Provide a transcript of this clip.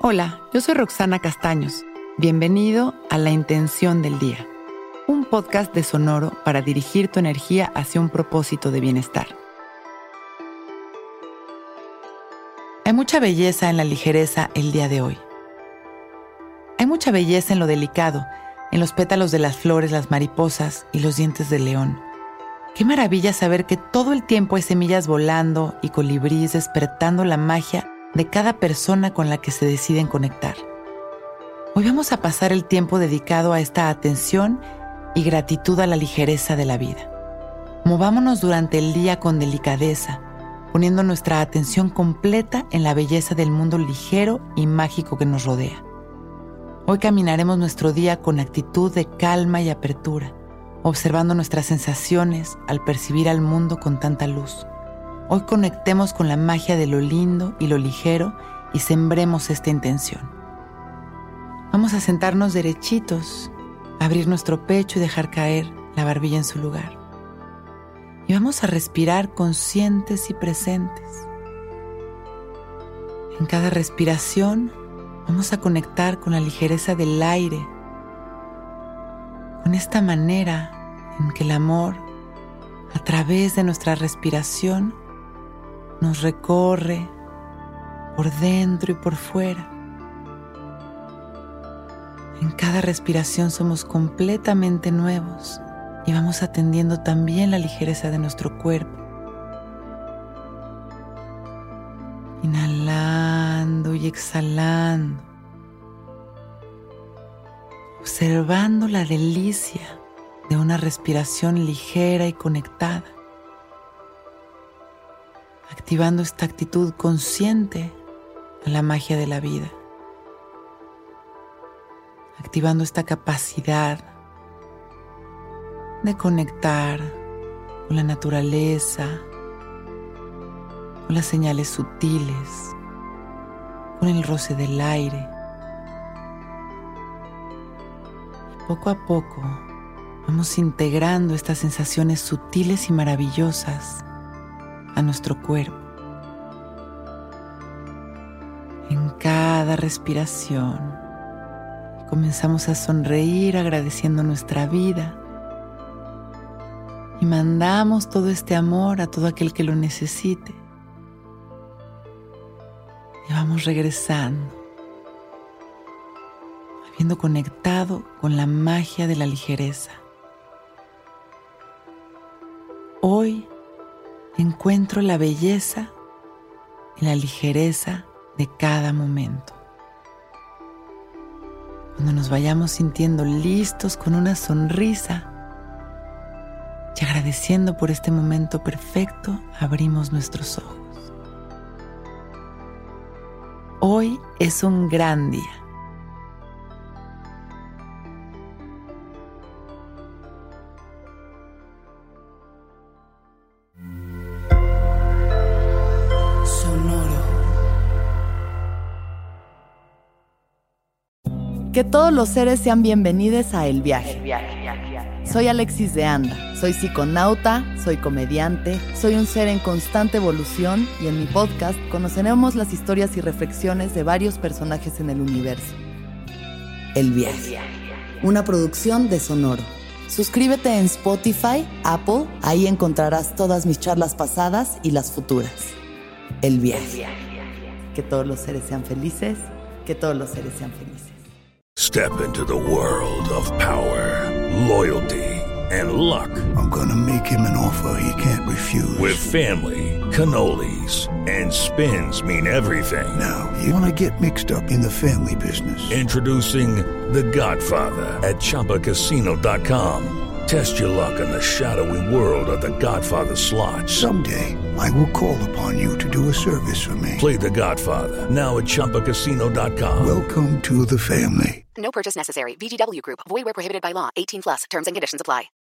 Hola, yo soy Roxana Castaños. Bienvenido a La Intención del Día, un podcast de Sonoro para dirigir tu energía hacia un propósito de bienestar. Hay mucha belleza en la ligereza el día de hoy. Hay mucha belleza en lo delicado, en los pétalos de las flores, las mariposas y los dientes del león. Qué maravilla saber que todo el tiempo hay semillas volando y colibríes despertando la magia de cada persona con la que se deciden conectar. Hoy vamos a pasar el tiempo dedicado a esta atención y gratitud a la ligereza de la vida. Movámonos durante el día con delicadeza, poniendo nuestra atención completa en la belleza del mundo ligero y mágico que nos rodea. Hoy caminaremos nuestro día con actitud de calma y apertura, observando nuestras sensaciones al percibir al mundo con tanta luz. Hoy conectemos con la magia de lo lindo y lo ligero y sembremos esta intención. Vamos a sentarnos derechitos, abrir nuestro pecho y dejar caer la barbilla en su lugar. Y vamos a respirar conscientes y presentes. En cada respiración vamos a conectar con la ligereza del aire, con esta manera en que el amor, a través de nuestra respiración, nos recorre por dentro y por fuera. En cada respiración somos completamente nuevos y vamos atendiendo también la ligereza de nuestro cuerpo. Inhalando y exhalando, observando la delicia de una respiración ligera y conectada, activando esta actitud consciente a la magia de la vida, activando esta capacidad de conectar con la naturaleza, con las señales sutiles, con el roce del aire. Y poco a poco vamos integrando estas sensaciones sutiles y maravillosas a nuestro cuerpo. En cada respiración comenzamos a sonreír agradeciendo nuestra vida y mandamos todo este amor a todo aquel que lo necesite. Y vamos regresando, habiendo conectado con la magia de la ligereza. Hoy encuentro la belleza y la ligereza de cada momento. Cuando nos vayamos sintiendo listos con una sonrisa y agradeciendo por este momento perfecto, abrimos nuestros ojos. Hoy es un gran día. Que todos los seres sean bienvenidos a El Viaje. Soy Alexis de Anda, soy psiconauta, soy comediante, soy un ser en constante evolución y en mi podcast conoceremos las historias y reflexiones de varios personajes en el universo. El Viaje, una producción de Sonoro. Suscríbete en Spotify, Apple, ahí encontrarás todas mis charlas pasadas y las futuras. El Viaje. Que todos los seres sean felices, que todos los seres sean felices. Step into the world of power, loyalty, and luck. I'm gonna make him an offer he can't refuse. With family, cannolis, and spins mean everything. Now, you wanna get mixed up in the family business. Introducing The Godfather at ChumbaCasino.com. Test your luck in the shadowy world of The Godfather slot. Someday, I will call upon you to do a service for me. Play The Godfather, now at ChumbaCasino.com. Welcome to the family. No purchase necessary. VGW Group. Void where prohibited by law. 18+. Terms and conditions apply.